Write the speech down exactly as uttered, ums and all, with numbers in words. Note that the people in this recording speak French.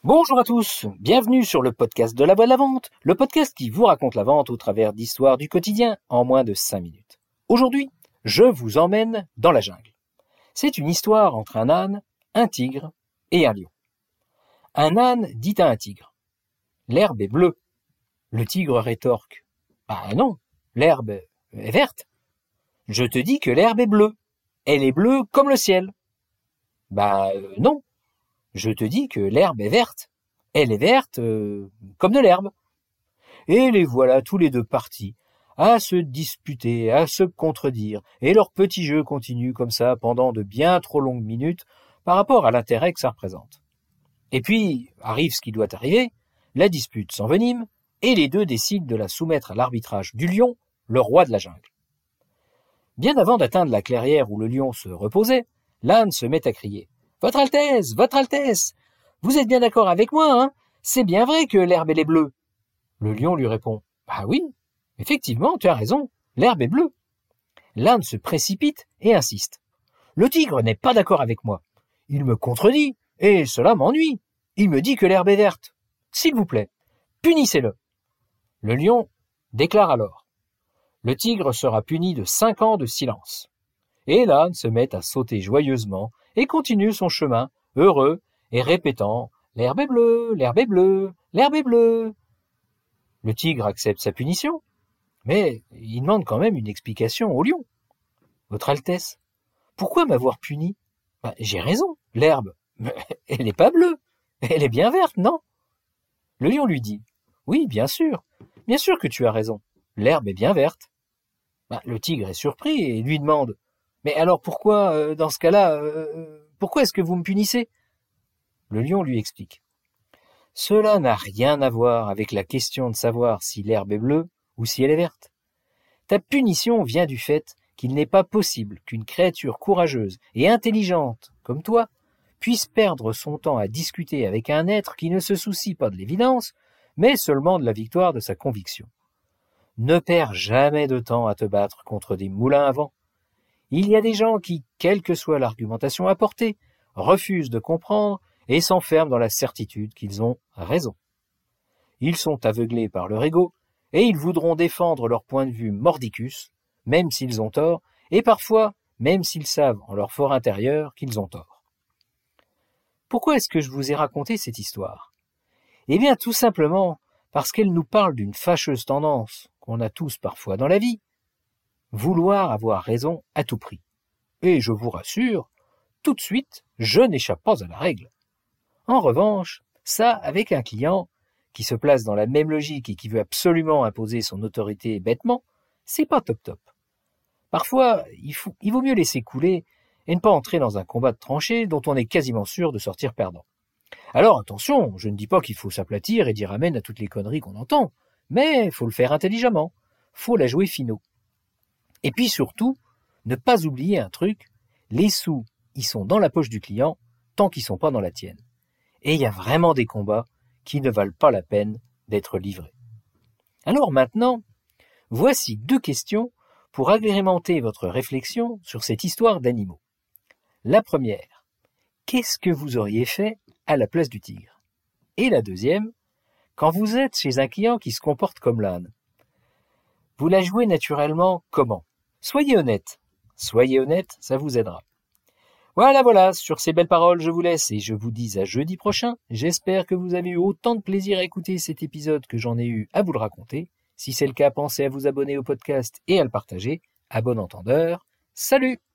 Bonjour à tous, bienvenue sur le podcast de la voix de la vente, le podcast qui vous raconte la vente au travers d'histoires du quotidien en moins de cinq minutes. Aujourd'hui, je vous emmène dans la jungle. C'est une histoire entre un âne, un tigre et un lion. Un âne dit à un tigre « L'herbe est bleue ». Le tigre rétorque « Bah non, l'herbe est verte. Je te dis que l'herbe est bleue. Elle est bleue comme le ciel. » Bah euh, non. Je te dis que l'herbe est verte. Elle est verte euh, comme de l'herbe. Et les voilà tous les deux partis, à se disputer, à se contredire, et leur petit jeu continue comme ça pendant de bien trop longues minutes par rapport à l'intérêt que ça représente. Et puis, arrive ce qui doit arriver, la dispute s'envenime, et les deux décident de la soumettre à l'arbitrage du lion, le roi de la jungle. Bien avant d'atteindre la clairière où le lion se reposait, l'âne se met à crier. « Votre Altesse, Votre Altesse, vous êtes bien d'accord avec moi, hein? C'est bien vrai que l'herbe elle est bleue. » Le lion lui répond « Bah oui, effectivement, tu as raison, l'herbe est bleue. » L'âne se précipite et insiste. « Le tigre n'est pas d'accord avec moi. Il me contredit, et cela m'ennuie. Il me dit que l'herbe est verte. S'il vous plaît, punissez-le. » Le lion déclare alors. Le tigre sera puni de cinq ans de silence. Et l'âne se met à sauter joyeusement et continue son chemin, heureux, et répétant « L'herbe est bleue, l'herbe est bleue, l'herbe est bleue ». Le tigre accepte sa punition, mais il demande quand même une explication au lion. « Votre Altesse, pourquoi m'avoir puni ? Ben, j'ai raison, l'herbe, mais elle n'est pas bleue, elle est bien verte, non ?» Le lion lui dit « Oui, bien sûr, bien sûr que tu as raison, l'herbe est bien verte. » Ben, le tigre est surpris et lui demande « Mais alors pourquoi, euh, dans ce cas-là, euh, pourquoi est-ce que vous me punissez ?» Le lion lui explique. « Cela n'a rien à voir avec la question de savoir si l'herbe est bleue ou si elle est verte. Ta punition vient du fait qu'il n'est pas possible qu'une créature courageuse et intelligente comme toi puisse perdre son temps à discuter avec un être qui ne se soucie pas de l'évidence, mais seulement de la victoire de sa conviction. Ne perds jamais de temps à te battre contre des moulins à vent. Il y a des gens qui, quelle que soit l'argumentation apportée, refusent de comprendre et s'enferment dans la certitude qu'ils ont raison. Ils sont aveuglés par leur ego et ils voudront défendre leur point de vue mordicus, même s'ils ont tort, et parfois même s'ils savent en leur fort intérieur qu'ils ont tort. Pourquoi est-ce que je vous ai raconté cette histoire ? Eh bien, tout simplement parce qu'elle nous parle d'une fâcheuse tendance qu'on a tous parfois dans la vie, vouloir avoir raison à tout prix. Et je vous rassure, tout de suite, je n'échappe pas à la règle. En revanche, ça, avec un client qui se place dans la même logique et qui veut absolument imposer son autorité bêtement, c'est pas top top. Parfois, il, faut, il vaut mieux laisser couler et ne pas entrer dans un combat de tranchées dont on est quasiment sûr de sortir perdant. Alors attention, je ne dis pas qu'il faut s'aplatir et dire amen à toutes les conneries qu'on entend, mais il faut le faire intelligemment, faut la jouer finot. Et puis surtout, ne pas oublier un truc, les sous, ils sont dans la poche du client tant qu'ils sont pas dans la tienne. Et il y a vraiment des combats qui ne valent pas la peine d'être livrés. Alors maintenant, voici deux questions pour agrémenter votre réflexion sur cette histoire d'animaux. La première, qu'est-ce que vous auriez fait à la place du tigre ? Et la deuxième, quand vous êtes chez un client qui se comporte comme l'âne, vous la jouez naturellement comment ? Soyez honnête. Soyez honnête, ça vous aidera. Voilà, voilà, sur ces belles paroles, je vous laisse et je vous dis à jeudi prochain. J'espère que vous avez eu autant de plaisir à écouter cet épisode que j'en ai eu à vous le raconter. Si c'est le cas, pensez à vous abonner au podcast et à le partager. À bon entendeur. Salut!